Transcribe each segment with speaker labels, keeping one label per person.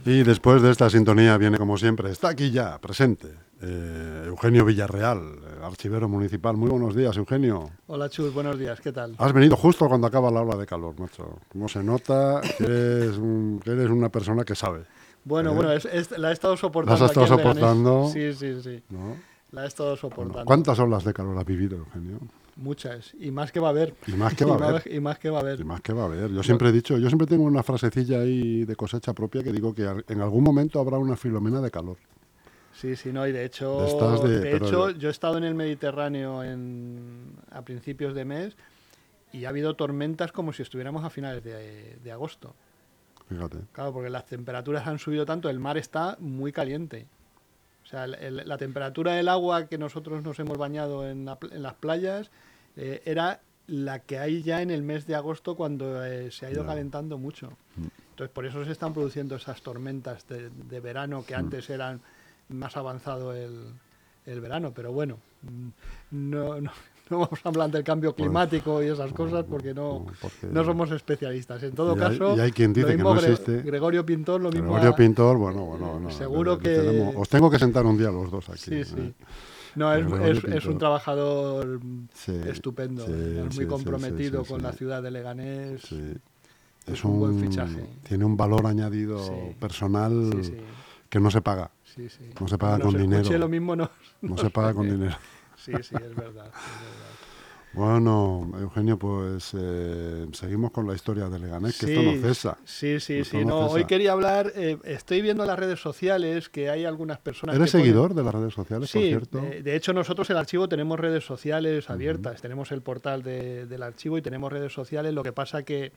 Speaker 1: Y después de esta sintonía viene, como siempre, está aquí ya, presente, Eugenio Villarreal, archivero municipal. Muy buenos días, Eugenio.
Speaker 2: Hola Chus, buenos días, ¿qué tal?
Speaker 1: Has venido justo cuando acaba la ola de calor, macho. Cómo se nota que eres una persona que sabe.
Speaker 2: Bueno,
Speaker 1: ¿Eh?
Speaker 2: la he estado
Speaker 1: ¿La has
Speaker 2: soportando aquí
Speaker 1: estado
Speaker 2: en Leganés.
Speaker 1: soportando?
Speaker 2: Sí,
Speaker 1: ¿No?
Speaker 2: la he estado
Speaker 1: Bueno,
Speaker 2: soportando.
Speaker 1: ¿cuántas olas de calor has vivido, Eugenio?
Speaker 2: Muchas, y más que va a haber.
Speaker 1: Y más que va a haber.
Speaker 2: Y más que va a
Speaker 1: Y
Speaker 2: haber.
Speaker 1: más que va a haber. Yo
Speaker 2: Lo-
Speaker 1: siempre he dicho, yo siempre tengo una frasecilla ahí de cosecha propia que digo que en algún momento habrá una Filomena de calor.
Speaker 2: Sí, no, y
Speaker 1: De estas de...
Speaker 2: de hecho, yo he estado en el Mediterráneo a principios de mes y ha habido tormentas como si estuviéramos a finales de agosto.
Speaker 1: Fíjate.
Speaker 2: Claro, porque las temperaturas han subido tanto, el mar está muy caliente. O sea, la temperatura del agua que nosotros nos hemos bañado en las playas era la que hay ya en el mes de agosto cuando se ha ido
Speaker 1: Ya.
Speaker 2: calentando mucho. Entonces, por eso se están produciendo esas tormentas de verano que antes eran más avanzado el verano. Pero bueno, no vamos a hablar del cambio
Speaker 1: Pues,
Speaker 2: climático y esas cosas porque
Speaker 1: porque...
Speaker 2: no somos especialistas. En todo
Speaker 1: Y
Speaker 2: caso,
Speaker 1: hay quien
Speaker 2: lo
Speaker 1: dice que
Speaker 2: mismo
Speaker 1: no existe.
Speaker 2: Gregorio Pintor, lo mismo
Speaker 1: Gregorio Pintor, bueno,
Speaker 2: seguro
Speaker 1: le tenemos...
Speaker 2: que...
Speaker 1: Os tengo que sentar un día los dos aquí.
Speaker 2: Sí. No,
Speaker 1: Gregorio
Speaker 2: es un
Speaker 1: Pintor.
Speaker 2: trabajador
Speaker 1: Sí,
Speaker 2: estupendo,
Speaker 1: sí,
Speaker 2: es muy
Speaker 1: sí,
Speaker 2: comprometido
Speaker 1: sí.
Speaker 2: con la ciudad de Leganés,
Speaker 1: Sí.
Speaker 2: es un buen fichaje.
Speaker 1: Tiene un valor añadido
Speaker 2: Sí,
Speaker 1: personal
Speaker 2: sí.
Speaker 1: que no se paga.
Speaker 2: Sí.
Speaker 1: No se paga
Speaker 2: Como nos
Speaker 1: con
Speaker 2: escuche
Speaker 1: dinero.
Speaker 2: lo mismo
Speaker 1: No se paga con dinero.
Speaker 2: Sí, es verdad.
Speaker 1: Bueno, Eugenio, pues seguimos con la historia de Leganés, que esto no cesa. Esto no
Speaker 2: No, hoy
Speaker 1: cesa.
Speaker 2: quería hablar, estoy viendo en las redes sociales que hay algunas personas
Speaker 1: ¿Eres
Speaker 2: que ponen...
Speaker 1: seguidor de las redes sociales, por
Speaker 2: Sí,
Speaker 1: cierto?
Speaker 2: de hecho nosotros el archivo tenemos redes sociales
Speaker 1: Ujú.
Speaker 2: abiertas, tenemos el portal del archivo y tenemos redes sociales, lo que pasa que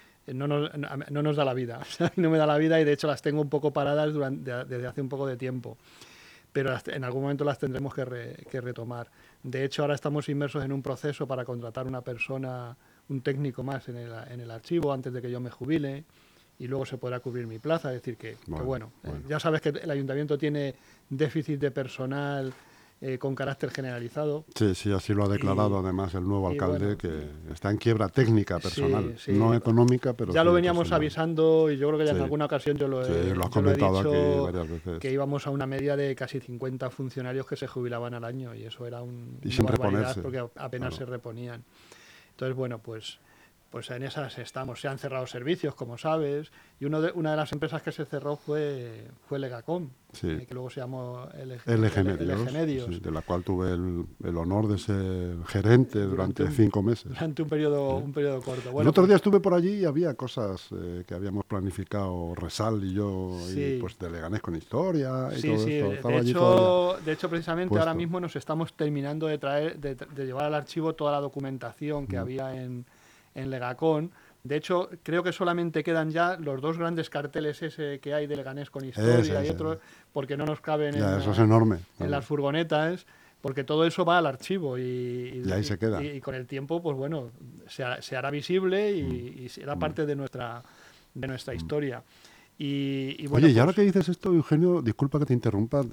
Speaker 2: no nos da la vida, o sea, no me da la vida y de hecho las tengo un poco paradas desde hace un poco de tiempo, pero en algún momento las tendremos que retomar. De hecho, ahora estamos inmersos en un proceso para contratar una persona, un técnico más en el archivo antes de que yo me jubile y luego se podrá cubrir mi plaza. Es decir,
Speaker 1: Bueno.
Speaker 2: ya sabes que el ayuntamiento tiene déficit de personal con carácter generalizado.
Speaker 1: Sí, así lo ha declarado
Speaker 2: Y,
Speaker 1: además el nuevo
Speaker 2: y
Speaker 1: alcalde,
Speaker 2: bueno,
Speaker 1: que está en quiebra técnica personal, no
Speaker 2: sí.
Speaker 1: económica, pero
Speaker 2: Ya
Speaker 1: sí
Speaker 2: lo veníamos
Speaker 1: personal.
Speaker 2: avisando y yo creo que ya en
Speaker 1: Sí,
Speaker 2: alguna ocasión
Speaker 1: sí, lo has
Speaker 2: yo lo he
Speaker 1: comentado aquí
Speaker 2: dicho
Speaker 1: varias veces.
Speaker 2: que íbamos a una media de casi 50 funcionarios que se jubilaban al año y eso era
Speaker 1: Y
Speaker 2: una
Speaker 1: sin
Speaker 2: barbaridad
Speaker 1: reponerse.
Speaker 2: porque apenas
Speaker 1: Claro.
Speaker 2: se reponían. Entonces, bueno, pues en esas estamos. Se han cerrado servicios, como sabes, y una de las empresas que se cerró fue Legacom,
Speaker 1: Sí.
Speaker 2: que luego se llamó
Speaker 1: LG
Speaker 2: LG
Speaker 1: Medios, sí,
Speaker 2: Medios.
Speaker 1: de la cual tuve el honor de ser gerente durante 5 meses.
Speaker 2: Durante
Speaker 1: ¿Eh?
Speaker 2: un periodo corto.
Speaker 1: El
Speaker 2: Bueno,
Speaker 1: otro
Speaker 2: pues
Speaker 1: día estuve por allí y había cosas que habíamos planificado, Resal y yo, y
Speaker 2: sí.
Speaker 1: pues de Leganés con historia y todo
Speaker 2: Sí.
Speaker 1: esto. Estaba allí todavía
Speaker 2: De hecho, precisamente ahora
Speaker 1: puesto.
Speaker 2: mismo nos estamos terminando de llevar al archivo toda la documentación que
Speaker 1: Mm.
Speaker 2: había en Legacón. De hecho, creo que solamente quedan ya los dos grandes carteles ese que hay de Leganés con historia y
Speaker 1: Ese.
Speaker 2: otros, porque no nos caben
Speaker 1: Ya, eso es enorme.
Speaker 2: en
Speaker 1: Claro.
Speaker 2: las furgonetas, porque todo eso va al archivo
Speaker 1: Y ahí se queda.
Speaker 2: y con el tiempo, pues bueno, se hará visible y será
Speaker 1: Mm.
Speaker 2: parte de nuestra historia. Bueno,
Speaker 1: Oye, y ahora
Speaker 2: pues
Speaker 1: que dices esto, Eugenio, disculpa que te interrumpa,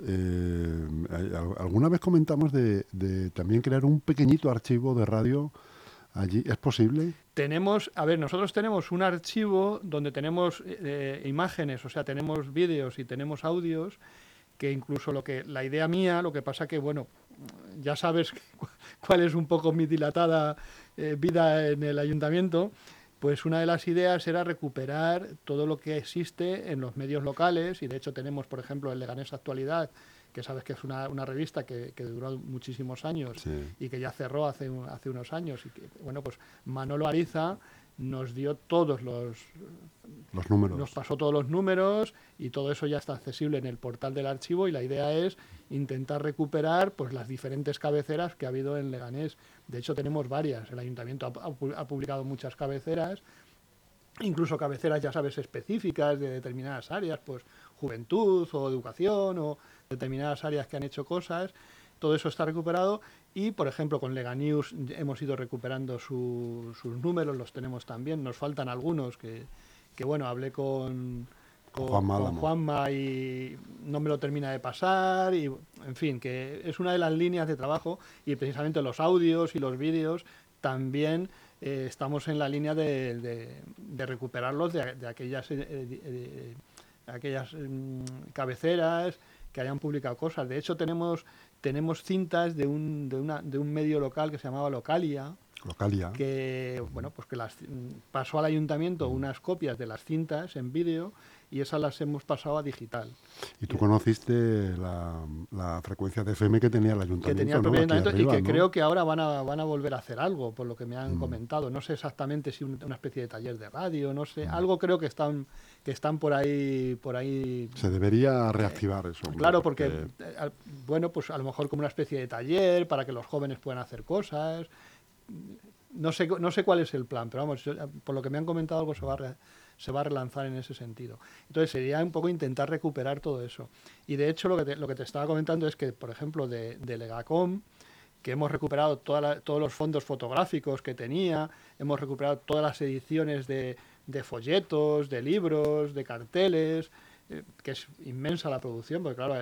Speaker 1: alguna vez comentamos de también crear un pequeñito archivo de radio allí. ¿Es posible?
Speaker 2: nosotros tenemos un archivo donde tenemos imágenes, o sea, tenemos vídeos y tenemos audios, que incluso la idea mía, lo que pasa que, bueno, ya sabes cuál es un poco mi dilatada vida en el ayuntamiento, pues una de las ideas era recuperar todo lo que existe en los medios locales, y de hecho tenemos, por ejemplo, el Leganés Actualidad, que sabes que es una revista que duró muchísimos años
Speaker 1: Sí.
Speaker 2: y que ya cerró hace unos años, y que, bueno, pues Manolo Ariza nos dio
Speaker 1: Los
Speaker 2: nos
Speaker 1: números.
Speaker 2: pasó todos los números y todo eso ya está accesible en el portal del archivo y la idea es intentar recuperar pues las diferentes cabeceras que ha habido en Leganés. De hecho tenemos varias, el ayuntamiento ha publicado muchas cabeceras, incluso cabeceras, ya sabes, específicas de determinadas áreas, pues juventud o educación o determinadas áreas que han hecho cosas. Todo eso está recuperado y, por ejemplo, con Leganews hemos ido recuperando sus números, los tenemos también. Nos faltan algunos que bueno, hablé con Juanma y no me lo termina de pasar y, en fin, que es una de las líneas de trabajo y precisamente los audios y los vídeos también estamos en la línea de recuperarlos de aquellas aquellas cabeceras que hayan publicado cosas. De hecho, tenemos cintas de un medio local que se llamaba Localia,
Speaker 1: Localia.
Speaker 2: que bueno, pues que pasó al ayuntamiento unas copias de las cintas en vídeo y esas las hemos pasado a digital.
Speaker 1: Y tú conociste la frecuencia de FM que tenía el ayuntamiento,
Speaker 2: que tenía el
Speaker 1: ¿no?
Speaker 2: propio
Speaker 1: Aquí
Speaker 2: ayuntamiento
Speaker 1: arriba,
Speaker 2: y que
Speaker 1: ¿no?
Speaker 2: creo que ahora van a volver a hacer algo, por lo que me han comentado. No sé exactamente si una especie de taller de radio, no sé. Algo creo que están por ahí.
Speaker 1: Se debería reactivar eso. Hombre,
Speaker 2: Claro, porque bueno, pues a lo mejor como una especie de taller para que los jóvenes puedan hacer cosas. No sé cuál es el plan, pero vamos, por lo que me han comentado algo se va a relanzar en ese sentido. Entonces sería un poco intentar recuperar todo eso. Y de hecho lo que te estaba comentando es que, por ejemplo, de Legacom, que hemos recuperado todos los fondos fotográficos que tenía, hemos recuperado todas las ediciones de folletos, de libros, de carteles, que es inmensa la producción, porque claro,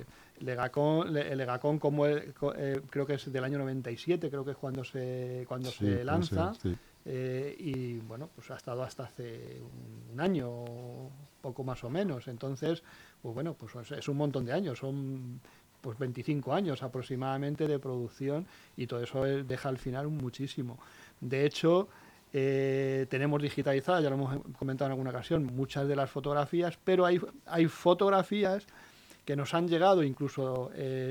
Speaker 2: Legacom creo que es del año 97, creo que es cuando se lanza.
Speaker 1: Sí.
Speaker 2: Y bueno, pues ha estado hasta hace un año, poco más o menos. Entonces, pues bueno, pues es un montón de años, son pues 25 años aproximadamente de producción y todo eso deja al final muchísimo. De hecho, tenemos digitalizadas, ya lo hemos comentado en alguna ocasión, muchas de las fotografías, pero hay fotografías que nos han llegado, incluso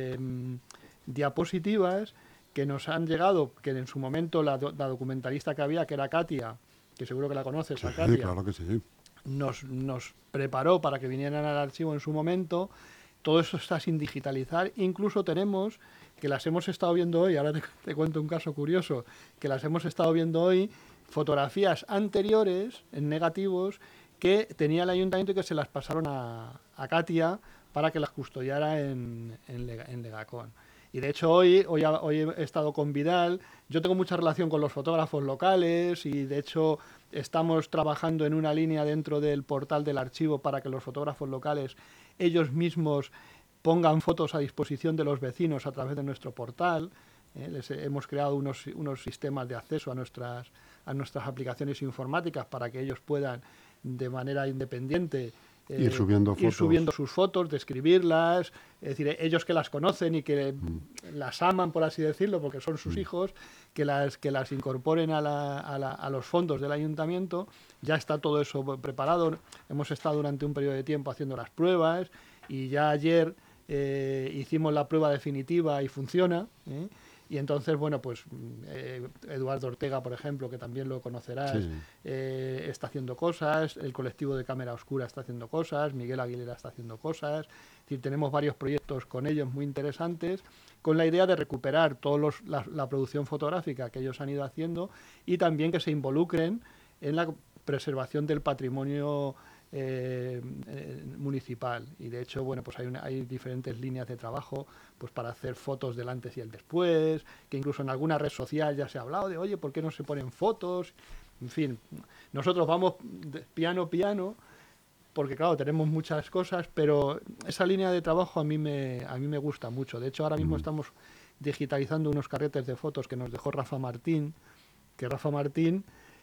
Speaker 2: diapositivas, que nos han llegado, que en su momento la documentalista que había, que era Katia, que seguro que la conoces, a Katia,
Speaker 1: claro que sí.
Speaker 2: nos preparó para que vinieran al archivo en su momento. Todo eso está sin digitalizar. Incluso tenemos, que las hemos estado viendo hoy, ahora te cuento un caso curioso, que las hemos estado viendo hoy, fotografías anteriores, en negativos, que tenía el ayuntamiento y que se las pasaron a Katia para que las custodiara en Legacom. Y de hecho hoy he estado con Vidal. Yo tengo mucha relación con los fotógrafos locales y de hecho estamos trabajando en una línea dentro del portal del archivo para que los fotógrafos locales ellos mismos pongan fotos a disposición de los vecinos a través de nuestro portal. Hemos creado unos sistemas de acceso a nuestras aplicaciones informáticas para que ellos puedan de manera independiente
Speaker 1: ir subiendo
Speaker 2: sus fotos, describirlas, es decir, ellos que las conocen y que las aman, por así decirlo, porque son sus hijos, que las incorporen a los fondos del ayuntamiento. Ya está todo eso preparado. Hemos estado durante un periodo de tiempo haciendo las pruebas y ya ayer hicimos la prueba definitiva y funciona. Y entonces, bueno, pues Eduardo Ortega, por ejemplo, que también lo conocerás,
Speaker 1: sí.
Speaker 2: Está haciendo cosas, el colectivo de Cámara Oscura está haciendo cosas, Miguel Aguilera está haciendo cosas. Es decir, tenemos varios proyectos con ellos muy interesantes, con la idea de recuperar la producción fotográfica que ellos han ido haciendo y también que se involucren en la preservación del patrimonio municipal. Y de hecho, bueno, pues hay diferentes líneas de trabajo pues para hacer fotos del antes y el después, que incluso en alguna red social ya se ha hablado de, oye, ¿por qué no se ponen fotos? En fin, nosotros vamos piano, porque claro, tenemos muchas cosas, pero esa línea de trabajo a mí me gusta mucho. De hecho, ahora mismo estamos digitalizando unos carretes de fotos que nos dejó Rafa Martín, que Rafa Martín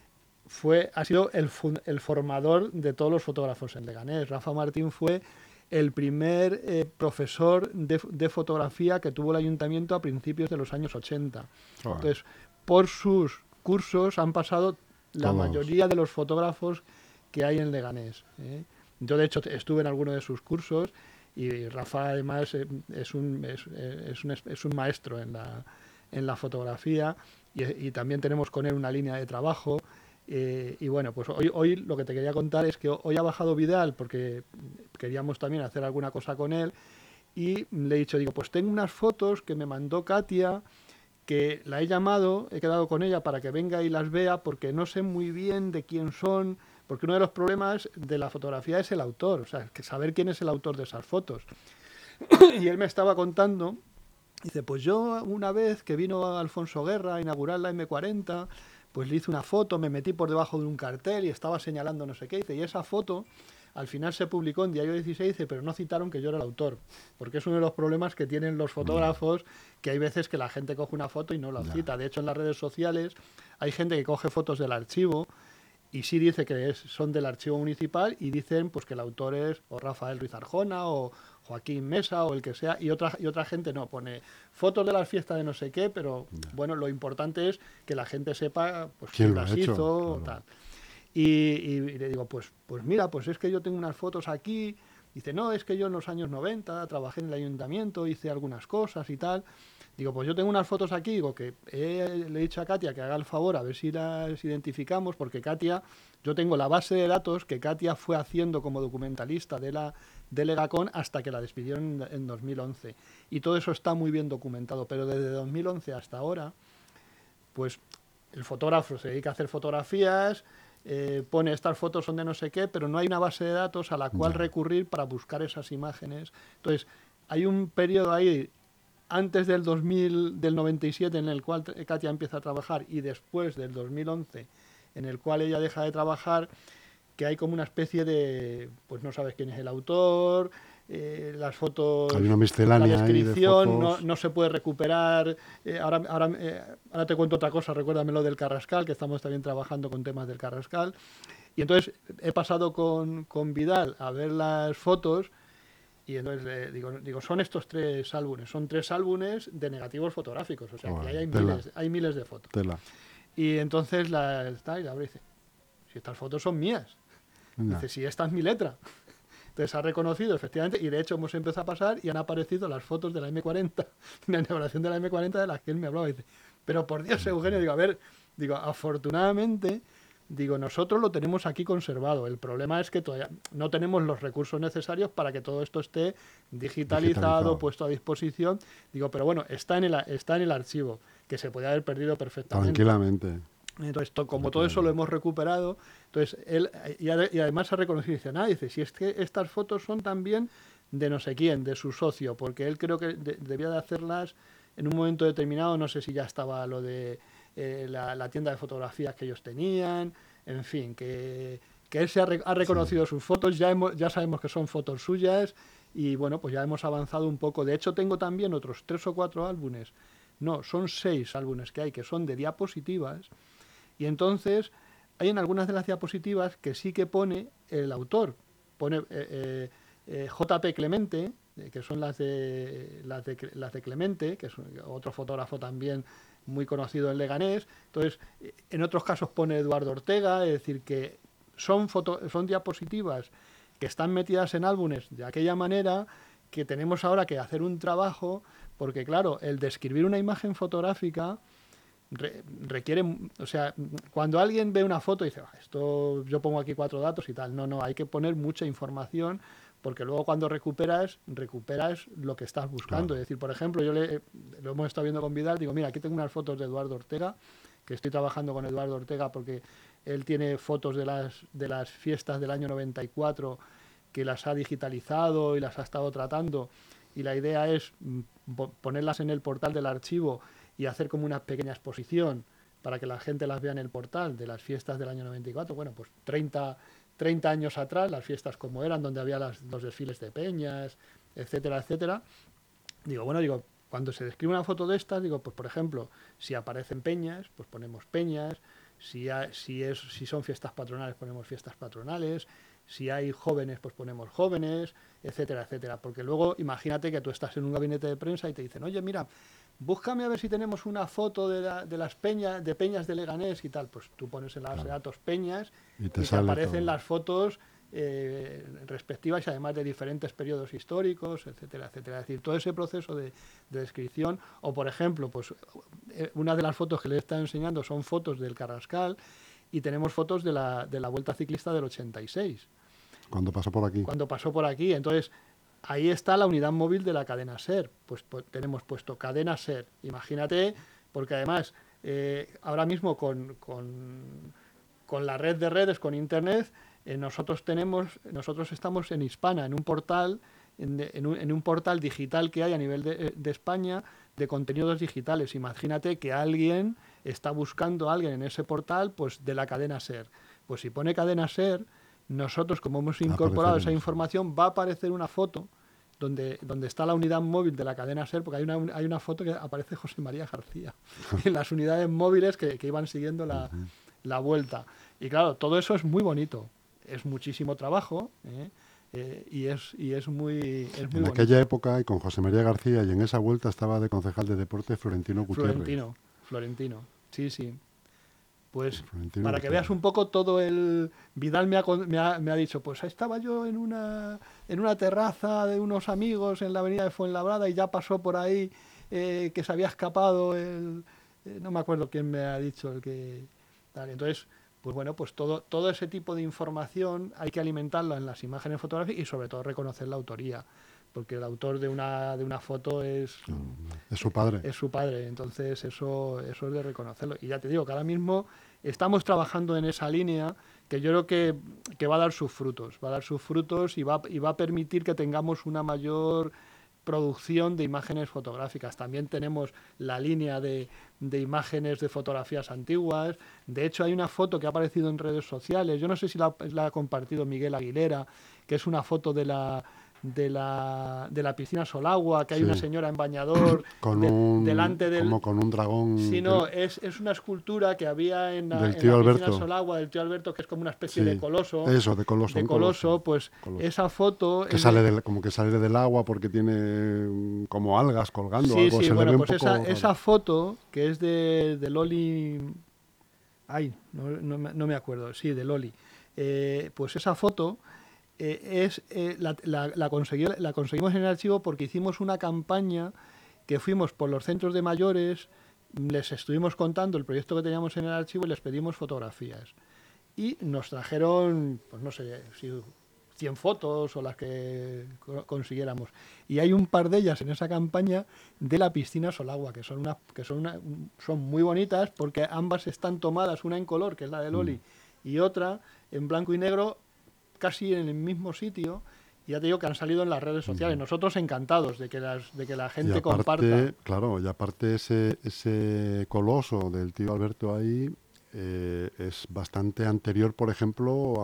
Speaker 2: ha sido el formador de todos los fotógrafos en Leganés. Rafa Martín fue el primer profesor de fotografía que tuvo el ayuntamiento a principios de los años 80. Entonces, por sus cursos han pasado la mayoría de los fotógrafos que hay en Leganés. Yo, de hecho, estuve en alguno de sus cursos y Rafa, además, es un maestro en la fotografía y también tenemos con él una línea de trabajo. Y bueno, pues hoy lo que te quería contar es que hoy ha bajado Vidal porque queríamos también hacer alguna cosa con él y le he dicho, pues tengo unas fotos que me mandó Katia, que la he llamado, he quedado con ella para que venga y las vea porque no sé muy bien de quién son, porque uno de los problemas de la fotografía es el autor, o sea, que saber quién es el autor de esas fotos. Y él me estaba contando, dice, pues yo una vez que vino Alfonso Guerra a inaugurar la M40, pues le hice una foto, me metí por debajo de un cartel y estaba señalando no sé qué, dice, y esa foto al final se publicó en Diario 16, dice, pero no citaron que yo era el autor, porque es uno de los problemas que tienen los fotógrafos, que hay veces que la gente coge una foto y no la cita. De hecho, en las redes sociales hay gente que coge fotos del archivo y sí dice que son del archivo municipal y dicen pues que el autor es o Rafael Ruiz Arjona o Joaquín Mesa o el que sea, y otra gente no, pone fotos de las fiestas de no sé qué, pero bueno, lo importante es que la gente sepa pues quién las hizo, claro. Tal. Y le digo, pues mira, pues es que yo tengo unas fotos aquí. Dice, no, es que yo en los años 90 trabajé en el ayuntamiento, hice algunas cosas y tal. Digo, pues yo tengo unas fotos aquí, digo que le he dicho a Katia que haga el favor a ver si las identificamos, porque Katia, yo tengo la base de datos que Katia fue haciendo como documentalista del EGACON hasta que la despidieron en 2011. Y todo eso está muy bien documentado, pero desde 2011 hasta ahora, pues el fotógrafo se dedica a hacer fotografías, pone estas fotos son de no sé qué, pero no hay una base de datos a la cual recurrir para buscar esas imágenes. Entonces, hay un periodo ahí antes del 97 en el cual Katia empieza a trabajar y después del 2011 en el cual ella deja de trabajar, que hay como una especie de, pues no sabes quién es el autor, las fotos,
Speaker 1: hay una miscelánea,
Speaker 2: la descripción,
Speaker 1: ahí de fotos.
Speaker 2: no se puede recuperar. Ahora te cuento otra cosa, recuérdame lo del Carrascal, que estamos también trabajando con temas del Carrascal. Y entonces he pasado con Vidal a ver las fotos y entonces digo, son estos 3 álbumes, son 3 álbumes de negativos fotográficos, o sea, que hay miles de fotos.
Speaker 1: Tela.
Speaker 2: Y entonces la abre y dice, si estas fotos son mías. Dice, si esta es mi letra. Entonces ha reconocido, efectivamente, y de hecho hemos empezado a pasar y han aparecido las fotos de la M40, la inauguración de la M40 de las que él me hablaba. Dice, pero por Dios, Eugenio, afortunadamente, nosotros lo tenemos aquí conservado. El problema es que todavía no tenemos los recursos necesarios para que todo esto esté digitalizado, puesto a disposición. Pero bueno, está en el archivo, que se podía haber perdido perfectamente.
Speaker 1: Tranquilamente.
Speaker 2: Entonces, como todo eso lo hemos recuperado, entonces él, y además ha reconocido, dice, si es que estas fotos son también de no sé quién, de su socio, porque él creo que debía de hacerlas en un momento determinado, no sé si ya estaba lo de la tienda de fotografías que ellos tenían, en fin, que él ha reconocido sus fotos, ya sabemos que son fotos suyas, y bueno, pues ya hemos avanzado un poco. De hecho, tengo también otros 3 o 4 álbumes, no, son 6 álbumes que son de diapositivas. Y entonces hay en algunas de las diapositivas que sí que pone el autor, pone J.P. Clemente, que son las de Clemente, que es otro fotógrafo también muy conocido en Leganés. Entonces, en otros casos pone Eduardo Ortega, es decir, que son diapositivas que están metidas en álbumes de aquella manera, que tenemos ahora que hacer un trabajo, porque claro, el describir una imagen fotográfica requiere, o sea, cuando alguien ve una foto y dice, esto yo pongo aquí 4 datos y tal, no, hay que poner mucha información, porque luego cuando recuperas lo que estás buscando. Claro. Es decir, por ejemplo, yo lo hemos estado viendo con Vidal, digo, mira, aquí tengo unas fotos de Eduardo Ortega, que estoy trabajando con Eduardo Ortega porque él tiene fotos de las fiestas del año 94 que las ha digitalizado y las ha estado tratando, y la idea es ponerlas en el portal del archivo y hacer como una pequeña exposición para que la gente las vea en el portal de las fiestas del año 94, bueno, pues 30 años atrás, las fiestas como eran, donde había los desfiles de peñas, etcétera, etcétera. Cuando se describe una foto de estas, pues por ejemplo, si aparecen peñas, pues ponemos peñas, si son fiestas patronales, ponemos fiestas patronales, si hay jóvenes, pues ponemos jóvenes, etcétera, etcétera. Porque luego, imagínate que tú estás en un gabinete de prensa y te dicen, oye, mira, búscame a ver si tenemos una foto de las peñas de Leganés y tal. Pues tú pones en la base de datos peñas y te aparecen todo. Las fotos respectivas y además de diferentes periodos históricos, etcétera, etcétera. Es decir, todo ese proceso de descripción. O, por ejemplo, pues una de las fotos que le he estado enseñando son fotos del Carrascal y tenemos fotos de la Vuelta Ciclista del 86.
Speaker 1: Cuando pasó por aquí.
Speaker 2: Cuando pasó por aquí. Entonces, ahí está la unidad móvil de la cadena SER. Pues tenemos puesto cadena SER. Imagínate, porque además, ahora mismo con la red de redes, con Internet, nosotros estamos en Hispana, en un portal, en un portal digital que hay a nivel de España de contenidos digitales. Imagínate que alguien está buscando a alguien en ese portal, pues de la cadena SER. Pues si pone cadena SER, nosotros, como hemos incorporado esa información, va a aparecer una foto donde está la unidad móvil de la cadena SER, porque hay una foto que aparece José María García en las unidades móviles que iban siguiendo la vuelta. Y claro, todo eso es muy bonito. Es muchísimo trabajo, y es muy
Speaker 1: En
Speaker 2: bonito.
Speaker 1: aquella época, y con José María García, y en esa vuelta estaba de concejal de deporte Florentino Gutiérrez.
Speaker 2: Florentino, sí, sí. Pues
Speaker 1: Florentino
Speaker 2: para que
Speaker 1: Gutiérrez.
Speaker 2: veas un poco todo el... Vidal me ha dicho, pues estaba yo en una terraza de unos amigos en la avenida de Fuenlabrada y ya pasó por ahí, que se había escapado no me acuerdo quién me ha dicho el que... Tal. Entonces, pues bueno, pues todo ese tipo de información hay que alimentarla en las imágenes fotográficas y sobre todo reconocer la autoría, porque el autor de una foto es
Speaker 1: Es su padre.
Speaker 2: su padre, entonces eso es de reconocerlo. Y ya te digo que ahora mismo estamos trabajando en esa línea que yo creo que va a dar sus frutos, y va a permitir que tengamos una mayor producción de imágenes fotográficas. También tenemos la línea de imágenes de fotografías antiguas. De hecho, hay una foto que ha aparecido en redes sociales, yo no sé si la ha compartido Miguel Aguilera, que es una foto de la piscina Solagua, que hay
Speaker 1: Sí.
Speaker 2: una señora en bañador delante del...
Speaker 1: como con un dragón
Speaker 2: Sí, no, es una escultura que había en
Speaker 1: del
Speaker 2: la
Speaker 1: tío
Speaker 2: piscina
Speaker 1: Alberto.
Speaker 2: Solagua del tío Alberto, que es como una especie
Speaker 1: Sí.
Speaker 2: de coloso.
Speaker 1: Eso, de coloso.
Speaker 2: De
Speaker 1: un
Speaker 2: coloso, pues
Speaker 1: Coloso.
Speaker 2: esa foto...
Speaker 1: Que como que sale del agua porque tiene como algas colgando.
Speaker 2: Sí,
Speaker 1: Algo.
Speaker 2: sí,
Speaker 1: Se
Speaker 2: bueno,
Speaker 1: le ve
Speaker 2: pues
Speaker 1: un poco
Speaker 2: esa foto, que es de Loli... Ay, no me acuerdo, sí, de Loli. Pues esa foto... la conseguimos en el archivo porque hicimos una campaña que fuimos por los centros de mayores, les estuvimos contando el proyecto que teníamos en el archivo y les pedimos fotografías. Y nos trajeron, pues no sé, si 100 fotos o las que consiguiéramos. Y hay un par de ellas en esa campaña de la piscina Solagua, que son muy bonitas porque ambas están tomadas, una en color, que es la de Loli, y otra en blanco y negro, casi en el mismo sitio. Y ya te digo que han salido en las redes sociales. Nosotros encantados de que la gente comparta.
Speaker 1: Claro, y aparte ese coloso del tío Alberto ahí es bastante anterior, por ejemplo,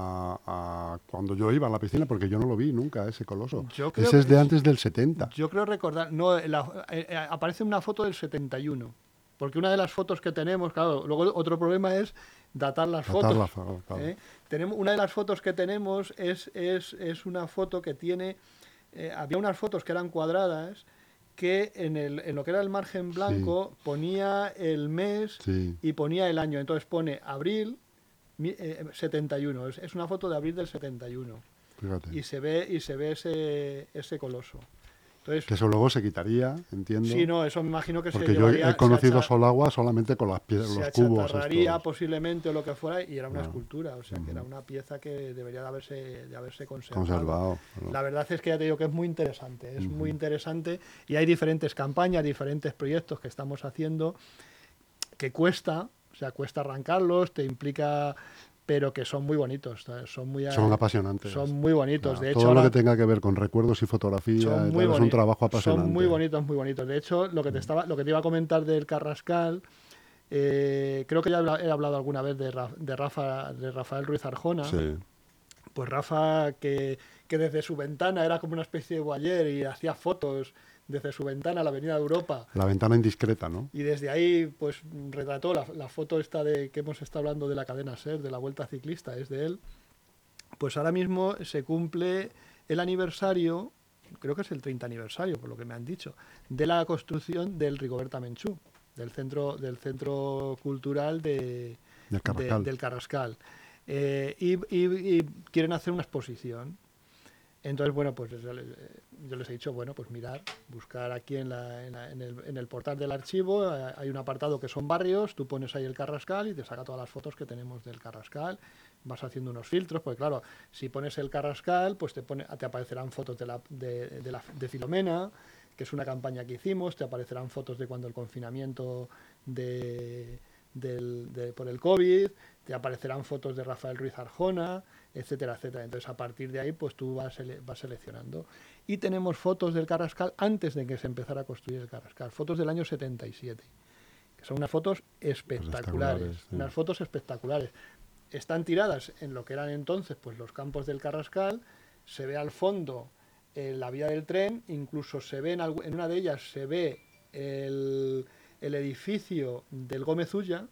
Speaker 1: a cuando yo iba a la piscina, porque yo no lo vi nunca, ese coloso. Ese es de antes del 70.
Speaker 2: Yo creo recordar, no, aparece una foto del 71. Porque una de las fotos que tenemos, claro, luego otro problema es datar las fotos.
Speaker 1: Claro.
Speaker 2: Una de las fotos que tenemos es una foto que tiene... había unas fotos que eran cuadradas que en lo que era el margen blanco ponía el mes y ponía el año. Entonces pone abril 71. Es una foto de abril del 71.
Speaker 1: Fíjate.
Speaker 2: Y se ve ese coloso. Entonces,
Speaker 1: que eso luego se quitaría, entiendo.
Speaker 2: Sí, no, eso me imagino que
Speaker 1: porque
Speaker 2: se llevaría...
Speaker 1: yo he conocido Solagua solamente con las piedras, los cubos.
Speaker 2: Se achatarraría posiblemente o lo que fuera, y era una escultura, o sea, que era una pieza que debería de haberse conservado. La verdad es que ya te digo que es muy interesante, muy interesante, y hay diferentes campañas, diferentes proyectos que estamos haciendo que cuesta arrancarlos, te implica... pero que son muy bonitos,
Speaker 1: son apasionantes.
Speaker 2: Son muy bonitos. De hecho,
Speaker 1: todo lo que tenga que ver con recuerdos y fotografía es un trabajo apasionante.
Speaker 2: Son muy bonitos, muy bonitos. De hecho, lo que te iba a comentar del Carrascal, creo que ya he hablado alguna vez de Rafael Ruiz Arjona.
Speaker 1: Sí.
Speaker 2: Pues Rafa, que desde su ventana era como una especie de voyeur y hacía fotos desde su ventana a la Avenida de Europa.
Speaker 1: La ventana indiscreta, ¿no?
Speaker 2: Y desde ahí, pues, retrató la foto esta que hemos estado hablando de la cadena SER, de la Vuelta Ciclista, es de él. Pues ahora mismo se cumple el aniversario, creo que es el 30 aniversario, por lo que me han dicho, de la construcción del Rigoberta Menchú, del centro cultural del Carrascal. Y quieren hacer una exposición. Entonces, bueno, pues yo les he dicho, bueno, pues buscar aquí en el portal del archivo, hay un apartado que son barrios, tú pones ahí el Carrascal y te saca todas las fotos que tenemos del Carrascal, vas haciendo unos filtros, porque claro, si pones el Carrascal, pues te aparecerán fotos de Filomena, que es una campaña que hicimos, te aparecerán fotos de cuando el confinamiento por el COVID, te aparecerán fotos de Rafael Ruiz Arjona, etcétera, etcétera. Entonces, a partir de ahí, pues tú vas seleccionando. Y tenemos fotos del Carrascal antes de que se empezara a construir el Carrascal, fotos del año 77, que son unas fotos espectaculares, unas fotos espectaculares. Están tiradas en lo que eran entonces pues los campos del Carrascal, se ve al fondo la vía del tren, incluso se ve en una de ellas se ve el edificio del Gómez Ulla.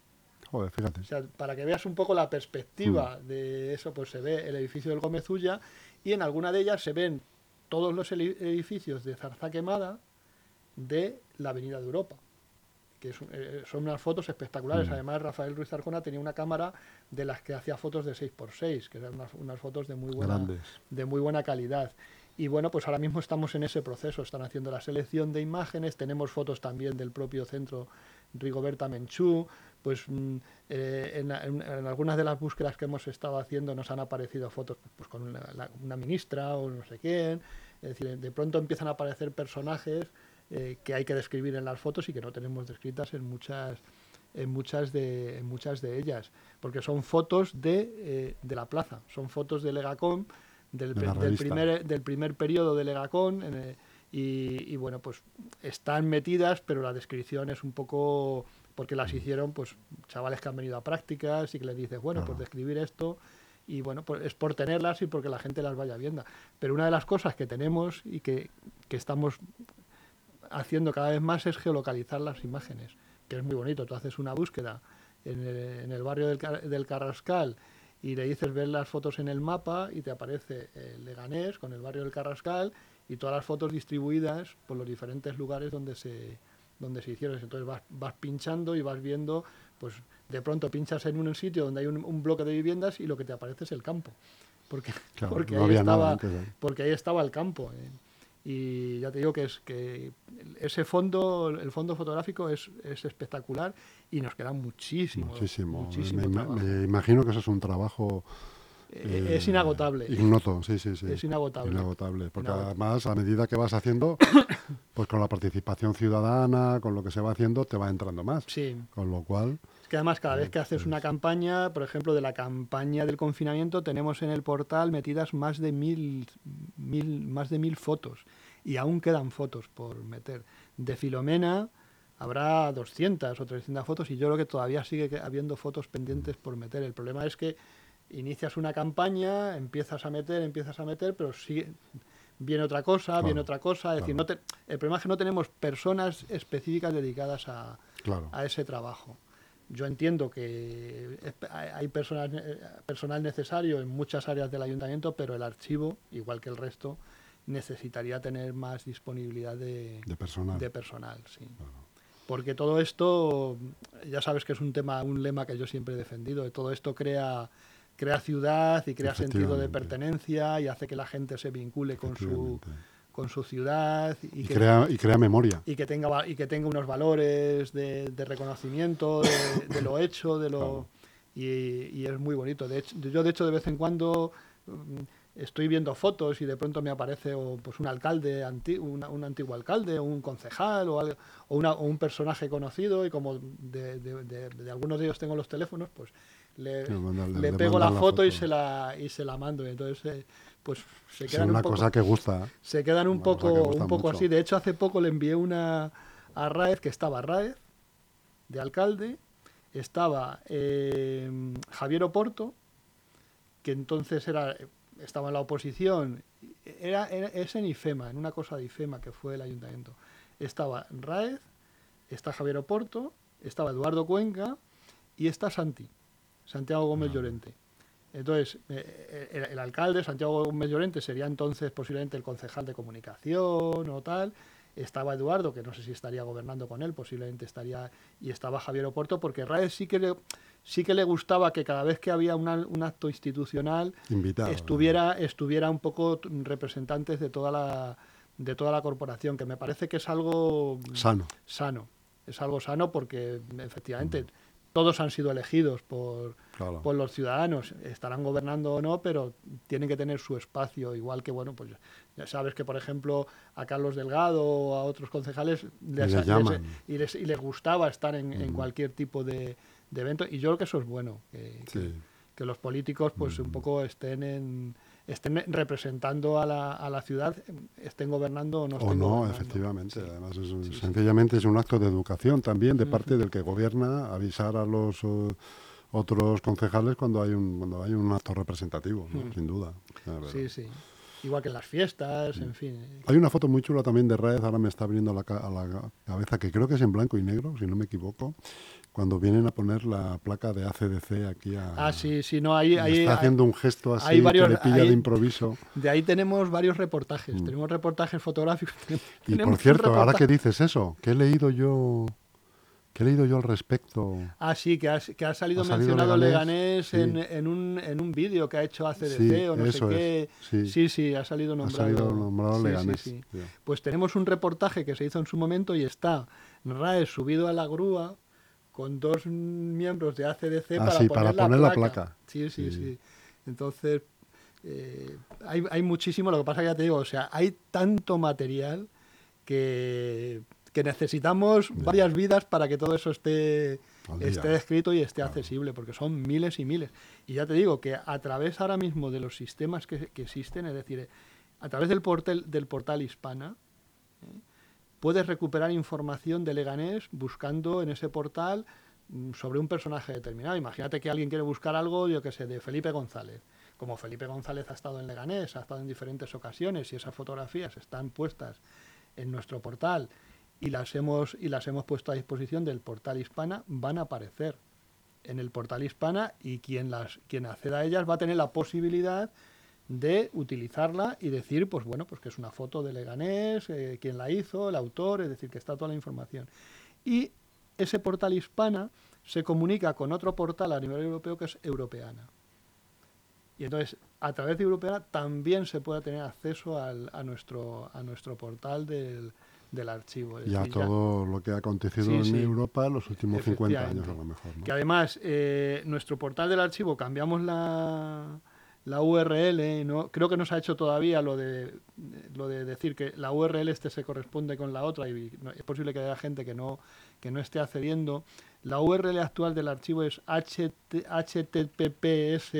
Speaker 1: Joder, fíjate.
Speaker 2: O sea, para que veas un poco la perspectiva de eso, pues se ve el edificio del Gómez Ulla y en alguna de ellas se ven todos los edificios de Zarza Quemada de la Avenida de Europa, que son unas fotos espectaculares. Además, Rafael Ruiz Arjona tenía una cámara de las que hacía fotos de 6x6, que eran unas fotos de muy buena calidad. Y bueno, pues ahora mismo estamos en ese proceso, están haciendo la selección de imágenes, tenemos fotos también del propio centro Rigoberta Menchú, pues en algunas de las búsquedas que hemos estado haciendo nos han aparecido fotos pues con una ministra o no sé quién, es decir, de pronto empiezan a aparecer personajes que hay que describir en las fotos y que no tenemos descritas en muchas de ellas, porque son fotos de la plaza, son fotos del Egacón, del primer periodo del Egacón, y bueno, pues están metidas, pero la descripción es un poco porque las hicieron pues chavales que han venido a prácticas y que les dices, bueno, pues describir esto, y bueno, pues es por tenerlas y porque la gente las vaya viendo. Pero una de las cosas que tenemos y que estamos haciendo cada vez más es geolocalizar las imágenes, que es muy bonito. Tú haces una búsqueda en el barrio del Carrascal y le dices ver las fotos en el mapa y te aparece el Leganés con el barrio del Carrascal y todas las fotos distribuidas por los diferentes lugares donde se hicieron. Entonces vas pinchando y vas viendo, pues de pronto pinchas en un sitio donde hay un bloque de viviendas y lo que te aparece es el campo, porque ahí estaba el campo. Y ya te digo que ese fondo, el fondo fotográfico es espectacular y nos queda muchísimo trabajo.
Speaker 1: Me imagino que eso es un trabajo
Speaker 2: es inagotable.
Speaker 1: Ignoto, sí.
Speaker 2: Es inagotable.
Speaker 1: Porque además, a medida que vas haciendo, pues con la participación ciudadana, con lo que se va haciendo, te va entrando más.
Speaker 2: Sí.
Speaker 1: Con lo cual...
Speaker 2: Es que además cada vez que haces una campaña, por ejemplo, de la campaña del confinamiento, tenemos en el portal metidas más de 1.000 fotos. Y aún quedan fotos por meter. De Filomena habrá 200 o 300 fotos y yo creo que todavía sigue habiendo fotos pendientes por meter. El problema es que inicias una campaña, empiezas a meter, pero viene otra cosa. Es decir, el problema es que no tenemos personas específicas dedicadas a ese trabajo. Yo entiendo que hay personal necesario en muchas áreas del ayuntamiento, pero el archivo, igual que el resto, necesitaría tener más disponibilidad de personal, sí.
Speaker 1: Claro.
Speaker 2: Porque todo esto, ya sabes que es un lema que yo siempre he defendido, todo esto crea ciudad y crea sentido de pertenencia y hace que la gente se vincule con su ciudad y
Speaker 1: crea memoria
Speaker 2: y que tenga unos valores de reconocimiento de lo hecho, y es muy bonito. Yo de hecho de vez en cuando estoy viendo fotos y de pronto me aparece pues un alcalde, un antiguo alcalde, o un concejal o un personaje conocido, y como de algunos de ellos tengo los teléfonos, pues le pego la foto y se la mando. Entonces pues se quedan
Speaker 1: una cosa que gusta.
Speaker 2: Se quedan un poco así. De hecho, hace poco le envié una a Raez, que estaba Raez de alcalde, estaba Javier Oporto, que entonces estaba en la oposición, es en IFEMA, en una cosa de IFEMA que fue el ayuntamiento. Estaba Raez, está Javier Oporto, estaba Eduardo Cuenca y está Santiago Gómez Llorente. Entonces, el alcalde, Santiago Gómez Llorente, sería entonces posiblemente el concejal de comunicación o tal. Estaba Eduardo, que no sé si estaría gobernando con él, posiblemente estaría, y estaba Javier Oporto, porque Raez sí que le gustaba que cada vez que había un acto institucional estuviera un poco representantes de toda la corporación, que me parece que es algo sano. Es algo sano porque efectivamente todos han sido elegidos por los ciudadanos, estarán gobernando o no, pero tienen que tener su espacio, igual que, bueno, pues ya sabes que, por ejemplo, a Carlos Delgado o a otros concejales les gustaba estar en cualquier tipo de evento, y yo creo que eso es bueno, que los políticos pues un poco estén representando a la ciudad, estén gobernando o no estén gobernando.
Speaker 1: Efectivamente. Sí. Además, sencillamente es un acto de educación también de parte del que gobierna, avisar a los otros concejales cuando hay un acto representativo, ¿no? Sin duda.
Speaker 2: Sí. igual que en las fiestas, en fin.
Speaker 1: Hay una foto muy chula también de Raez, ahora me está viniendo a la cabeza, que creo que es en blanco y negro, si no me equivoco, cuando vienen a poner la placa de ACDC aquí a...
Speaker 2: Sí, sí, no,
Speaker 1: y está haciendo un gesto así
Speaker 2: varios,
Speaker 1: que le pilla de improviso.
Speaker 2: De ahí tenemos varios reportajes, tenemos reportajes fotográficos.
Speaker 1: Y por cierto, ahora que dices eso, ¿qué he leído yo al respecto?
Speaker 2: Sí, que ha salido mencionado Leganés
Speaker 1: sí.
Speaker 2: en un vídeo que ha hecho ACDC
Speaker 1: sí,
Speaker 2: o no sé qué. Sí, ha salido nombrado.
Speaker 1: Leganés.
Speaker 2: Sí. Pues tenemos un reportaje que se hizo en su momento y está Raez subido a la grúa con 2 miembros de ACDC para poner la placa. Sí. Entonces, hay muchísimo, lo que pasa que ya te digo, o sea, hay tanto material que necesitamos varias vidas para que todo eso esté escrito y esté accesible, porque son miles y miles. Y ya te digo que a través ahora mismo de los sistemas que existen, es decir, a través del portal Hispana, puedes recuperar información de Leganés buscando en ese portal sobre un personaje determinado. Imagínate que alguien quiere buscar algo, yo qué sé, de Felipe González. Como Felipe González ha estado en Leganés, ha estado en diferentes ocasiones y esas fotografías están puestas en nuestro portal y las hemos puesto a disposición del portal Hispana, van a aparecer en el portal Hispana y quien acceda a ellas va a tener la posibilidad de utilizarla y decir, pues bueno, pues que es una foto de Leganés, quién la hizo, el autor, es decir, que está toda la información. Y ese portal Hispana se comunica con otro portal a nivel europeo que es Europeana. Y entonces, a través de Europeana también se puede tener acceso a nuestro portal del archivo. Es decir,
Speaker 1: todo lo que ha acontecido en Europa en los últimos 50 años a lo mejor, ¿no?
Speaker 2: Que además, nuestro portal del archivo, cambiamos la URL, ¿no? Creo que no se ha hecho todavía lo de decir que la URL se corresponde con la otra y es posible que haya gente que no esté accediendo. La URL actual del archivo es https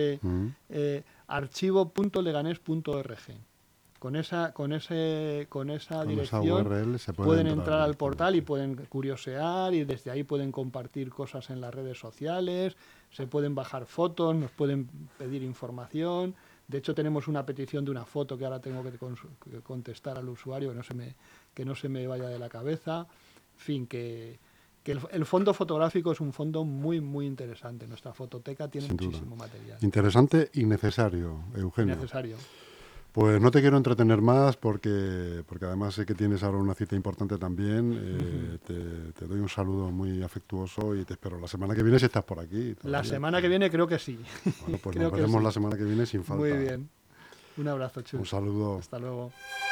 Speaker 2: archivo.leganés.org. Con esa dirección
Speaker 1: URL
Speaker 2: pueden entrar al portal y pueden curiosear y desde ahí pueden compartir cosas en las redes sociales, se pueden bajar fotos, nos pueden pedir información. De hecho, tenemos una petición de una foto que ahora tengo que contestar al usuario, que no se me vaya de la cabeza. En fin, que el fondo fotográfico es un fondo muy, muy interesante. Nuestra fototeca tiene muchísimo material.
Speaker 1: Interesante y necesario, Eugenio.
Speaker 2: Necesario.
Speaker 1: Pues no te quiero entretener más porque además sé que tienes ahora una cita importante también. Te doy un saludo muy afectuoso y te espero la semana que viene si estás por aquí. Todavía.
Speaker 2: La semana que viene creo que sí.
Speaker 1: Bueno, pues nos veremos la semana que viene sin falta.
Speaker 2: Muy bien. Un abrazo, Chus.
Speaker 1: Un saludo.
Speaker 2: Hasta luego.